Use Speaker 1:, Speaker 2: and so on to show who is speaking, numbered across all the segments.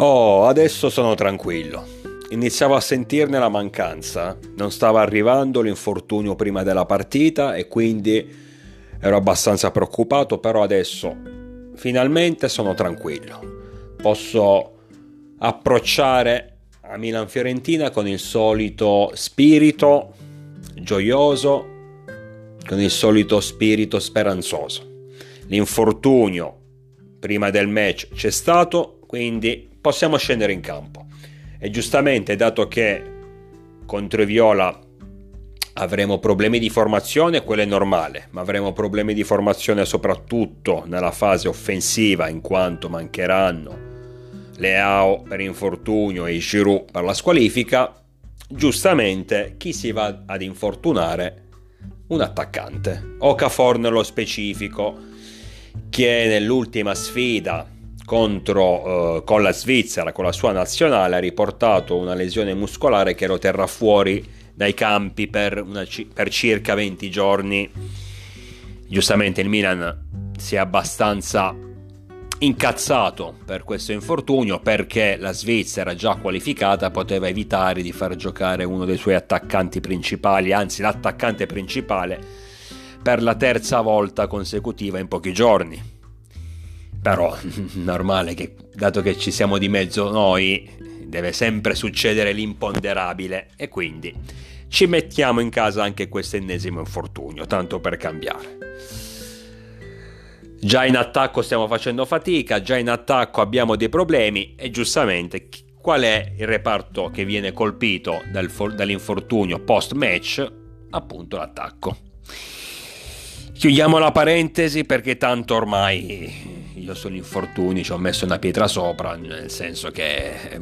Speaker 1: Oh, adesso sono tranquillo. Iniziavo a sentirne la mancanza. Non stava arrivando l'infortunio prima della partita e quindi ero abbastanza preoccupato, però adesso finalmente sono tranquillo. Posso approcciare a Milan-Fiorentina con il solito spirito gioioso, con il solito spirito speranzoso. L'infortunio prima del match c'è stato, quindi possiamo scendere in campo. E giustamente, dato che contro i Viola avremo problemi di formazione, quello è normale, ma avremo problemi di formazione soprattutto nella fase offensiva, in quanto mancheranno Leao per infortunio e Giroud per la squalifica. Giustamente, chi si va ad infortunare? Un attaccante, Okafor nello specifico, che nell'ultima sfida con la Svizzera, con la sua nazionale, ha riportato una lesione muscolare che lo terrà fuori dai campi per circa 20 giorni. Giustamente il Milan si è abbastanza incazzato per questo infortunio, perché la Svizzera, già qualificata, poteva evitare di far giocare uno dei suoi attaccanti principali, anzi l'attaccante principale, per la terza volta consecutiva in pochi giorni. Però normale che, dato che ci siamo di mezzo noi, deve sempre succedere l'imponderabile, e quindi ci mettiamo in casa anche questo ennesimo infortunio, tanto per cambiare. Già in attacco stiamo facendo fatica, già in attacco abbiamo dei problemi, e giustamente qual è il reparto che viene colpito dall'infortunio post match? Appunto l'attacco. Chiudiamo la parentesi, perché tanto ormai io sugli infortuni ci ho messo una pietra sopra, nel senso che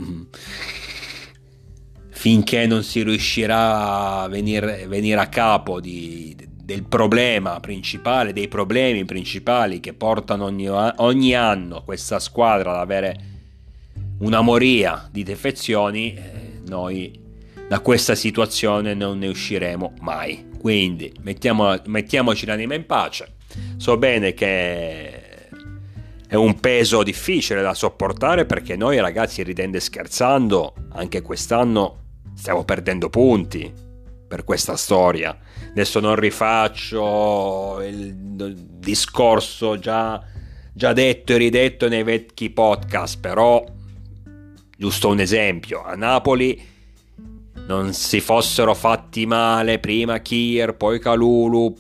Speaker 1: finché non si riuscirà a venire a capo del problema principale, dei problemi principali che portano ogni anno questa squadra ad avere una moria di defezioni, noi da questa situazione non ne usciremo mai. Quindi mettiamoci l'anima in pace. So bene che è un peso difficile da sopportare, perché noi ragazzi, ridendo e scherzando, anche quest'anno stiamo perdendo punti per questa storia. Adesso non rifaccio il discorso già detto e ridetto nei vecchi podcast, però giusto un esempio: a Napoli non si fossero fatti male prima Kier, poi Kalulu,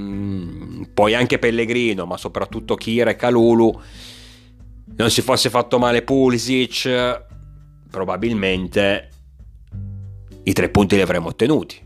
Speaker 1: poi anche Pellegrino, ma soprattutto Kier e Kalulu, non si fosse fatto male Pulisic, probabilmente i 3 punti li avremmo ottenuti.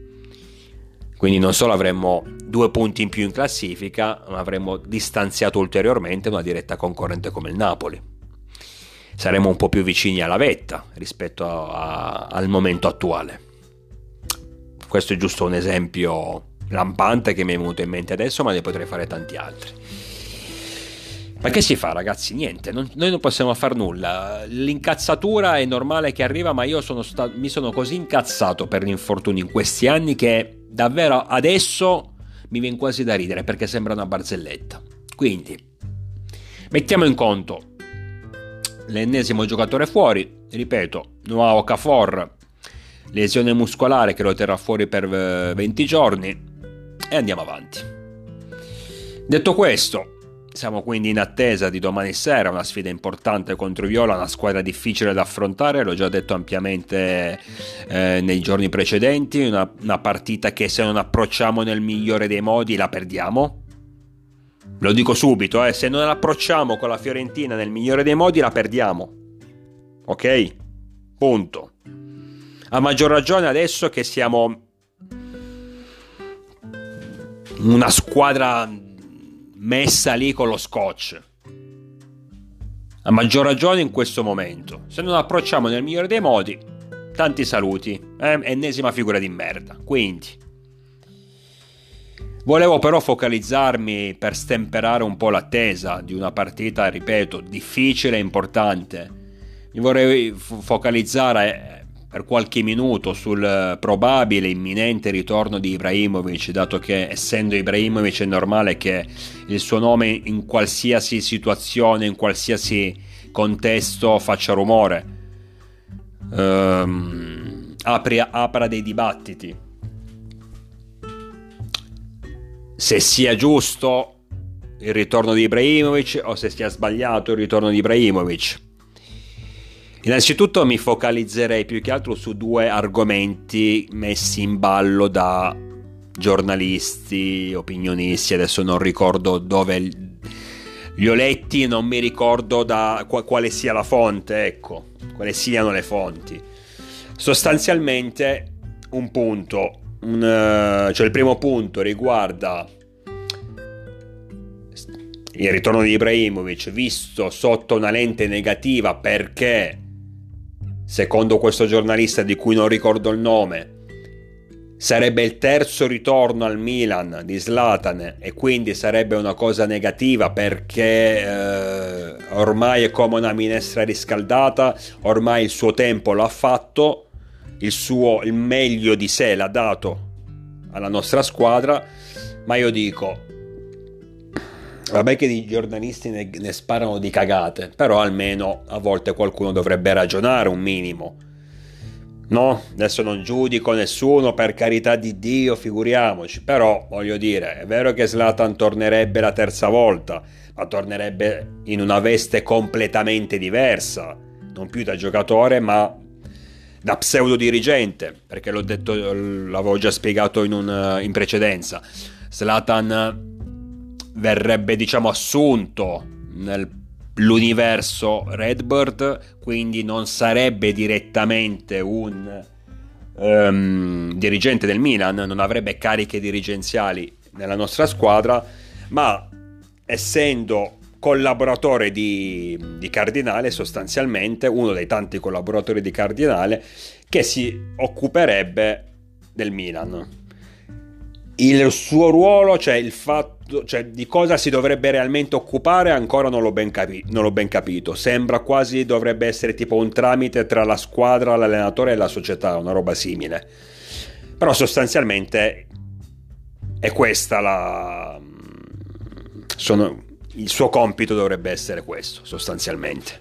Speaker 1: Quindi non solo avremmo 2 punti in più in classifica, ma avremmo distanziato ulteriormente una diretta concorrente come il Napoli. Saremo un po' più vicini alla vetta rispetto al momento attuale. Questo è giusto un esempio lampante che mi è venuto in mente adesso, ma ne potrei fare tanti altri. Ma che si fa, ragazzi? Niente, noi non possiamo far nulla. L'incazzatura è normale che arriva, ma io mi sono così incazzato per l'infortunio in questi anni che davvero adesso mi viene quasi da ridere, perché sembra una barzelletta. Quindi mettiamo in conto l'ennesimo giocatore fuori, ripeto, Noah Okafor, lesione muscolare che lo terrà fuori per 20 giorni, e andiamo avanti. Detto questo, siamo quindi in attesa di domani sera, una sfida importante contro Viola, una squadra difficile da affrontare, l'ho già detto ampiamente nei giorni precedenti, una partita che, se non approcciamo nel migliore dei modi, la perdiamo. Lo dico subito, se non approcciamo con la Fiorentina nel migliore dei modi, la perdiamo. Ok? Punto. A maggior ragione adesso che siamo una squadra messa lì con lo scotch. A maggior ragione in questo momento. Se non approcciamo nel migliore dei modi, tanti saluti. Ennesima figura di merda. Quindi volevo però focalizzarmi, per stemperare un po' l'attesa di una partita, ripeto, difficile e importante. Mi vorrei focalizzare per qualche minuto sul probabile imminente ritorno di Ibrahimovic, dato che, essendo Ibrahimovic, è normale che il suo nome in qualsiasi situazione, in qualsiasi contesto faccia rumore, apra dei dibattiti. Se sia giusto il ritorno di Ibrahimovic o se sia sbagliato il ritorno di Ibrahimovic. Innanzitutto mi focalizzerei più che altro su due argomenti messi in ballo da giornalisti, opinionisti, adesso non ricordo dove li ho letti, non mi ricordo da quale sia la fonte, ecco, quali siano le fonti. Sostanzialmente un punto, cioè il primo punto riguarda il ritorno di Ibrahimovic visto sotto una lente negativa perché, secondo questo giornalista di cui non ricordo il nome, sarebbe il terzo ritorno al Milan di Zlatan e quindi sarebbe una cosa negativa perché ormai è come una minestra riscaldata, ormai il suo tempo l'ha fatto, il meglio di sé l'ha dato alla nostra squadra. Ma io dico, vabbè che i giornalisti ne sparano di cagate, però almeno a volte qualcuno dovrebbe ragionare un minimo, no? Adesso non giudico nessuno, per carità di Dio, figuriamoci, però voglio dire, è vero che Zlatan tornerebbe la terza volta, ma tornerebbe in una veste completamente diversa, non più da giocatore ma da pseudo dirigente, perché l'ho detto, l'avevo già spiegato in precedenza. Zlatan verrebbe, diciamo, assunto nell'universo Redbird, quindi non sarebbe direttamente un dirigente del Milan, non avrebbe cariche dirigenziali nella nostra squadra, ma essendo collaboratore di Cardinale, sostanzialmente uno dei tanti collaboratori di Cardinale, che si occuperebbe del Milan. Il suo ruolo, cioè il fatto, cioè di cosa si dovrebbe realmente occupare, ancora non l'ho ben capito. Sembra quasi dovrebbe essere tipo un tramite tra la squadra, l'allenatore e la società, una roba simile. Però sostanzialmente è questa il suo compito dovrebbe essere questo, sostanzialmente.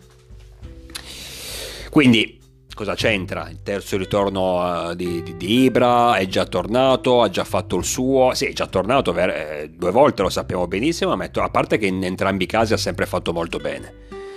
Speaker 1: Quindi cosa c'entra? Il terzo ritorno di Ibra, è già tornato, ha già fatto il suo, sì, è già tornato 2 volte, lo sappiamo benissimo, ma a parte che in entrambi i casi ha sempre fatto molto bene.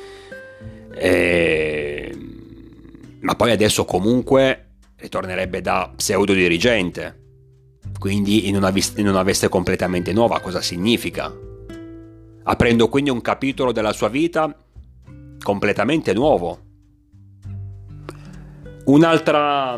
Speaker 1: Ma poi adesso comunque ritornerebbe da pseudo dirigente, quindi in una veste completamente nuova. Cosa significa? Aprendo quindi un capitolo della sua vita completamente nuovo. Un'altra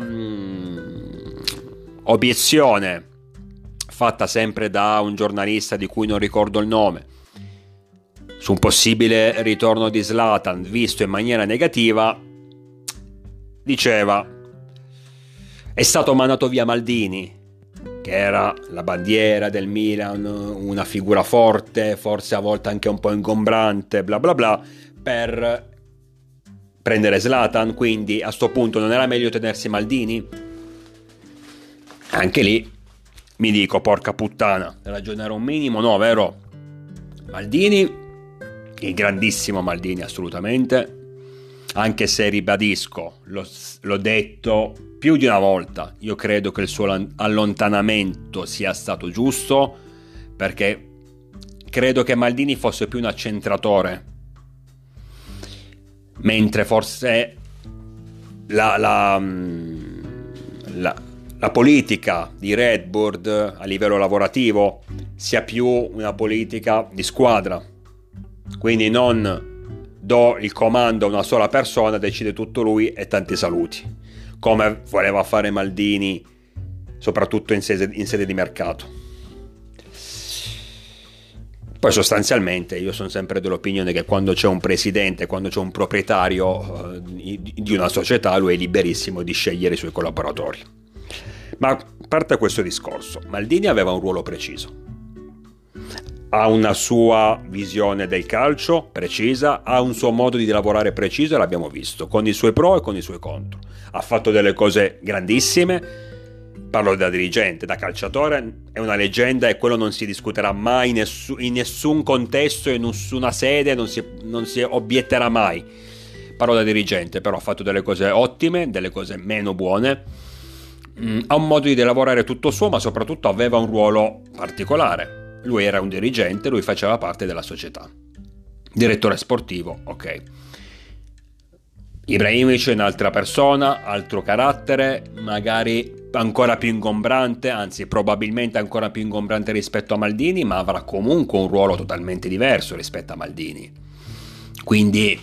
Speaker 1: obiezione fatta sempre da un giornalista di cui non ricordo il nome su un possibile ritorno di Zlatan visto in maniera negativa, diceva: è stato mandato via Maldini, che era la bandiera del Milan, una figura forte, forse a volte anche un po' ingombrante, bla bla bla, per prendere Zlatan, quindi a sto punto non era meglio tenersi Maldini? Anche lì mi dico, porca puttana, ragionare un minimo, no, vero? Maldini, il grandissimo Maldini, assolutamente, anche se ribadisco, l'ho detto più di una volta, io credo che il suo allontanamento sia stato giusto, perché credo che Maldini fosse più un accentratore, mentre forse la politica di Redbird a livello lavorativo sia più una politica di squadra, quindi non do il comando a una sola persona, decide tutto lui e tanti saluti, come voleva fare Maldini soprattutto in sede di mercato. Poi sostanzialmente io sono sempre dell'opinione che quando c'è un presidente, quando c'è un proprietario di una società, lui è liberissimo di scegliere i suoi collaboratori. Ma a parte questo discorso, Maldini aveva un ruolo preciso, ha una sua visione del calcio precisa, ha un suo modo di lavorare preciso e l'abbiamo visto, con i suoi pro e con i suoi contro. Ha fatto delle cose grandissime, Parlo da dirigente, da calciatore è una leggenda e quello non si discuterà mai in nessun contesto, in nessuna sede, non si obietterà mai. Parlo da dirigente, però ha fatto delle cose ottime, delle cose meno buone. Ha un modo di lavorare tutto suo, ma soprattutto aveva un ruolo particolare. Lui era un dirigente, lui faceva parte della società. Direttore sportivo, ok. Ibrahimovic è un'altra persona, altro carattere, magari ancora più ingombrante, anzi probabilmente ancora più ingombrante rispetto a Maldini, ma avrà comunque un ruolo totalmente diverso rispetto a Maldini. Quindi,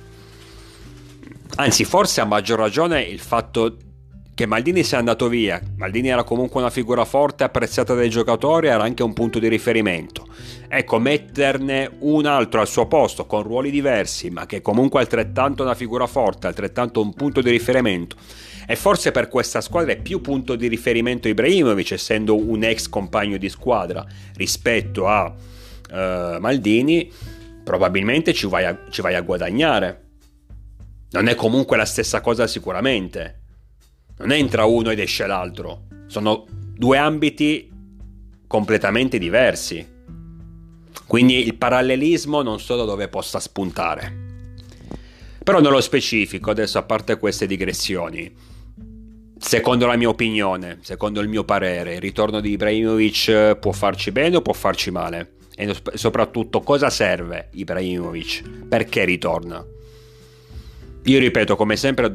Speaker 1: anzi forse a maggior ragione il fatto che Maldini sia andato via. Maldini era comunque una figura forte, apprezzata dai giocatori, era anche un punto di riferimento. Ecco, metterne un altro al suo posto con ruoli diversi, ma che comunque altrettanto una figura forte, altrettanto un punto di riferimento. E forse per questa squadra è più punto di riferimento Ibrahimovic, essendo un ex compagno di squadra, rispetto a Maldini. Probabilmente ci vai a guadagnare. Non è comunque la stessa cosa sicuramente. Non entra uno ed esce l'altro. Sono due ambiti completamente diversi. Quindi il parallelismo non so da dove possa spuntare. Però nello specifico, adesso a parte queste digressioni, secondo la mia opinione, secondo il mio parere, il ritorno di Ibrahimovic può farci bene o può farci male? E soprattutto cosa serve Ibrahimovic? Perché ritorna? Io ripeto, come sempre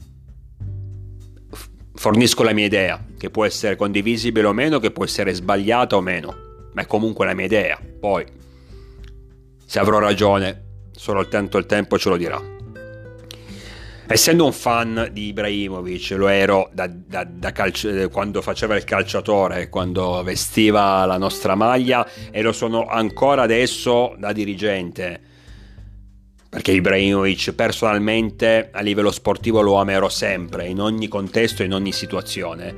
Speaker 1: fornisco la mia idea, che può essere condivisibile o meno, che può essere sbagliata o meno, ma è comunque la mia idea. Poi, se avrò ragione, solo il tempo ce lo dirà. Essendo un fan di Ibrahimovic, lo ero quando faceva il calciatore, quando vestiva la nostra maglia, e lo sono ancora adesso da dirigente. Perché Ibrahimovic personalmente a livello sportivo lo amerò sempre, in ogni contesto, in ogni situazione.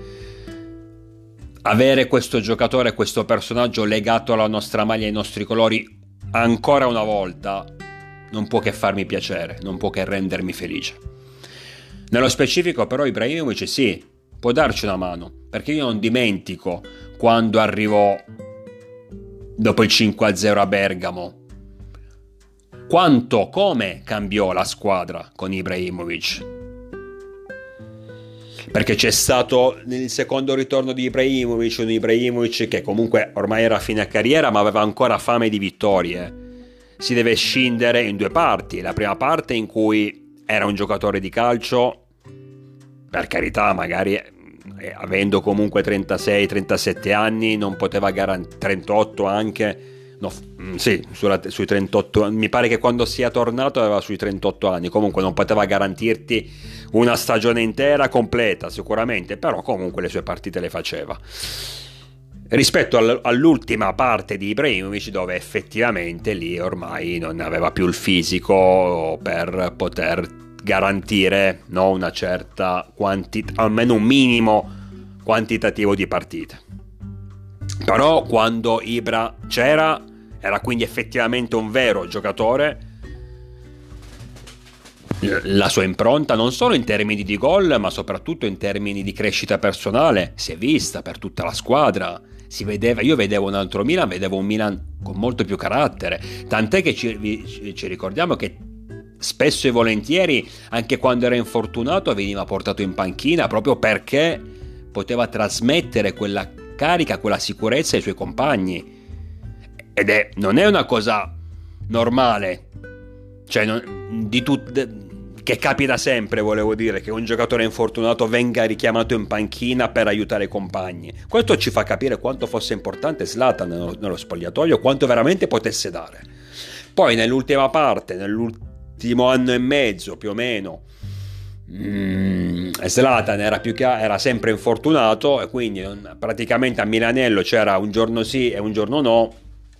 Speaker 1: Avere questo giocatore, questo personaggio legato alla nostra maglia e ai nostri colori ancora una volta non può che farmi piacere, non può che rendermi felice. Nello specifico però Ibrahimovic sì, può darci una mano, perché io non dimentico quando arrivò dopo il 5-0 a Bergamo. Come cambiò la squadra con Ibrahimovic. Perché c'è stato nel secondo ritorno di Ibrahimovic un Ibrahimovic che comunque ormai era a fine carriera ma aveva ancora fame di vittorie. Si deve scindere in due parti. La prima parte in cui era un giocatore di calcio, per carità, magari avendo comunque 36-37 anni non poteva garantire, 38 anche. No, sì, sui 38 anni. Mi pare che quando sia tornato aveva sui 38 anni. Comunque non poteva garantirti una stagione intera completa sicuramente, però comunque le sue partite le faceva. Rispetto all'ultima parte di Ibrahimovic, dove effettivamente lì ormai non aveva più il fisico per poter garantire, no, una certa almeno un minimo quantitativo di partite. Però quando Ibra c'era, era quindi effettivamente un vero giocatore. La sua impronta, non solo in termini di gol, ma soprattutto in termini di crescita personale, si è vista per tutta la squadra. Si vedeva, io vedevo un altro Milan, vedevo un Milan con molto più carattere. Tant'è che ci ricordiamo che spesso e volentieri, anche quando era infortunato, veniva portato in panchina proprio perché poteva trasmettere quella carica, quella sicurezza ai suoi compagni. Ed non è una cosa normale, cioè che capita sempre, volevo dire, che un giocatore infortunato venga richiamato in panchina per aiutare i compagni. Questo ci fa capire quanto fosse importante Zlatan nello spogliatoio, quanto veramente potesse dare. Poi nell'ultima parte, nell'ultimo anno e mezzo più o meno, Zlatan era sempre infortunato e quindi praticamente a Milanello c'era un giorno sì e un giorno no.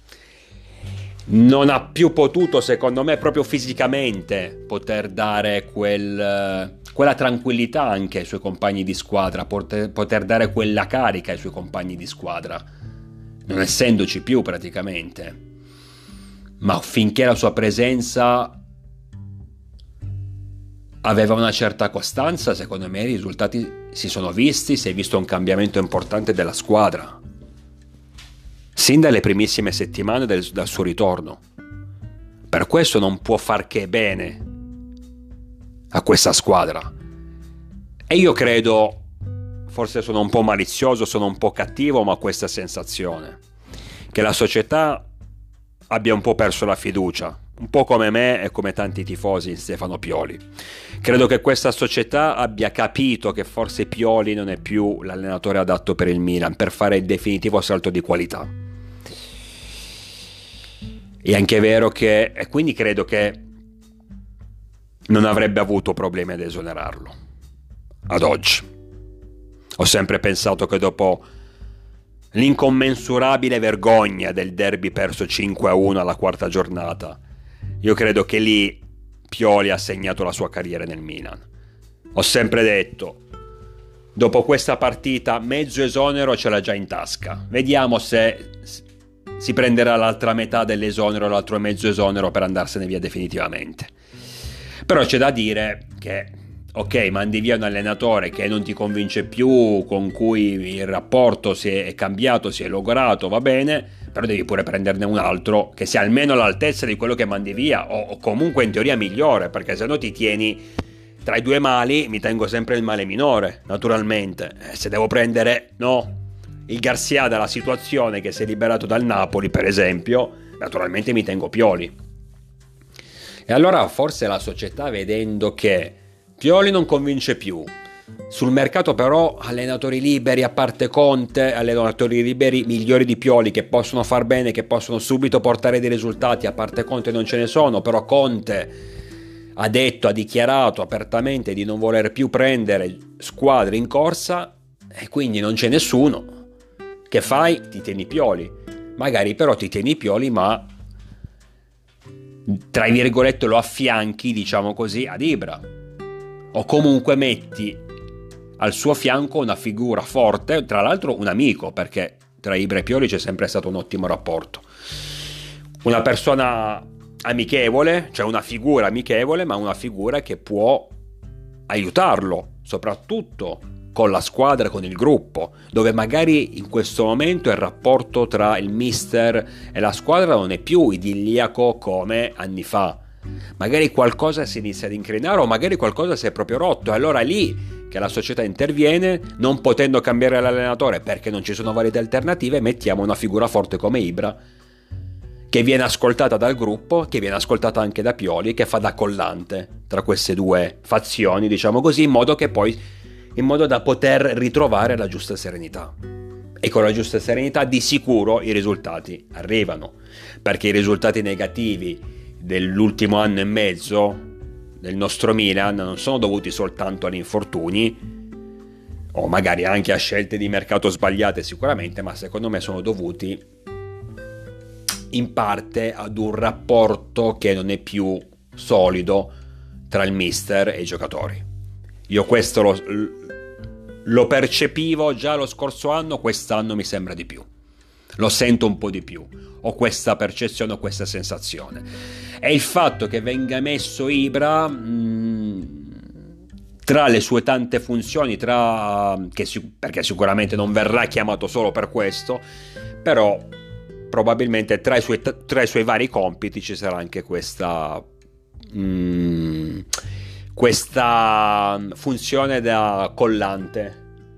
Speaker 1: Non ha più potuto, secondo me, proprio fisicamente poter dare quella tranquillità anche ai suoi compagni di squadra, poter dare quella carica ai suoi compagni di squadra, non essendoci più praticamente. Ma finché la sua presenza aveva una certa costanza, secondo me i risultati si sono visti, si è visto un cambiamento importante della squadra, sin dalle primissime settimane dal suo ritorno. Per questo non può far che bene a questa squadra. E io credo, forse sono un po' malizioso, sono un po' cattivo, ma ho questa sensazione che la società abbia un po' perso la fiducia, un po' come me e come tanti tifosi in Stefano Pioli. Credo che questa società abbia capito che forse Pioli non è più l'allenatore adatto per il Milan, per fare il definitivo salto di qualità. È anche vero che, e quindi credo che non avrebbe avuto problemi ad esonerarlo ad oggi. Ho sempre pensato che dopo l'incommensurabile vergogna del derby perso 5-1 alla quarta giornata, io credo che lì Pioli ha segnato la sua carriera nel Milan. Ho sempre detto, dopo questa partita mezzo esonero ce l'ha già in tasca, vediamo se si prenderà l'altra metà dell'esonero, l'altro mezzo esonero per andarsene via definitivamente. Però c'è da dire che, ok, mandi via un allenatore che non ti convince più, con cui il rapporto si è cambiato, si è logorato, va bene, però devi pure prenderne un altro che sia almeno all'altezza di quello che mandi via, o comunque in teoria migliore, perché se no ti tieni tra i due mali. Mi tengo sempre il male minore, naturalmente. Se devo prendere, no, il Garcia dalla situazione, che si è liberato dal Napoli per esempio, naturalmente mi tengo Pioli. E allora forse la società, vedendo che Pioli non convince più, sul mercato però allenatori liberi, a parte Conte, allenatori liberi migliori di Pioli, che possono far bene, che possono subito portare dei risultati, a parte Conte non ce ne sono, però Conte ha dichiarato apertamente di non voler più prendere squadre in corsa, e quindi non c'è nessuno. Che fai? Ti tieni Pioli. Magari però ti tieni Pioli, ma tra virgolette lo affianchi, diciamo così, ad Ibra, o comunque metti al suo fianco una figura forte, tra l'altro un amico, perché tra Ibra e Pioli c'è sempre stato un ottimo rapporto, una persona amichevole, cioè una figura amichevole, ma una figura che può aiutarlo, soprattutto con la squadra, con il gruppo, dove magari in questo momento il rapporto tra il mister e la squadra non è più idilliaco come anni fa. Magari qualcosa si inizia ad incrinare, o magari qualcosa si è proprio rotto, e allora è lì che la società interviene, non potendo cambiare l'allenatore perché non ci sono valide alternative. Mettiamo una figura forte come Ibra, che viene ascoltata dal gruppo, che viene ascoltata anche da Pioli, che fa da collante tra queste due fazioni, diciamo così, in modo da poter ritrovare la giusta serenità. E con la giusta serenità di sicuro i risultati arrivano, perché i risultati negativi dell'ultimo anno e mezzo del nostro Milan non sono dovuti soltanto agli infortuni, o magari anche a scelte di mercato sbagliate sicuramente, ma secondo me sono dovuti in parte ad un rapporto che non è più solido tra il mister e i giocatori. Io questo lo percepivo già lo scorso anno, quest'anno mi sembra di più. Lo sento un po' di più. Ho questa percezione, ho questa sensazione. E il fatto che venga messo Ibra, tra le sue tante funzioni, perché sicuramente non verrà chiamato solo per questo, però probabilmente tra i suoi vari compiti ci sarà anche questa funzione da collante,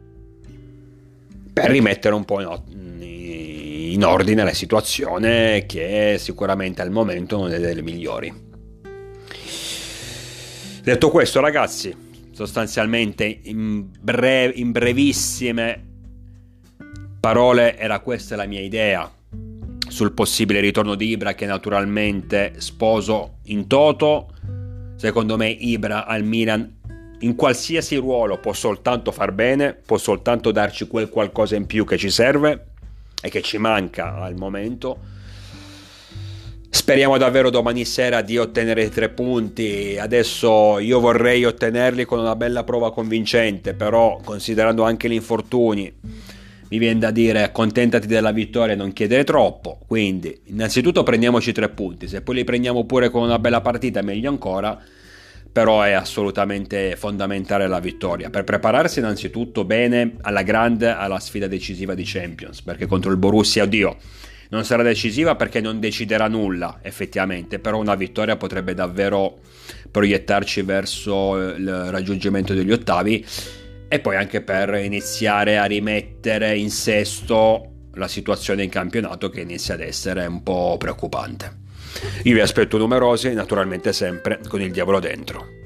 Speaker 1: per rimettere un po' in ordine la situazione, che sicuramente al momento non è delle migliori. Detto questo, ragazzi, sostanzialmente in brevissime parole era questa la mia idea sul possibile ritorno di Ibra, che naturalmente sposo in toto. Secondo me Ibra al Milan, in qualsiasi ruolo, può soltanto far bene, può soltanto darci quel qualcosa in più che ci serve e che ci manca al momento. Speriamo davvero domani sera di ottenere i 3 punti. Adesso io vorrei ottenerli con una bella prova convincente, però considerando anche gli infortuni mi viene da dire accontentati della vittoria e non chiedere troppo. Quindi innanzitutto prendiamoci 3 punti, se poi li prendiamo pure con una bella partita meglio ancora, però è assolutamente fondamentale la vittoria per prepararsi innanzitutto bene alla grande, alla sfida decisiva di Champions, perché contro il Borussia, oddio, non sarà decisiva perché non deciderà nulla effettivamente, però una vittoria potrebbe davvero proiettarci verso il raggiungimento degli ottavi, e poi anche per iniziare a rimettere in sesto la situazione in campionato, che inizia ad essere un po' preoccupante. Io vi aspetto numerosi, naturalmente sempre con il diavolo dentro.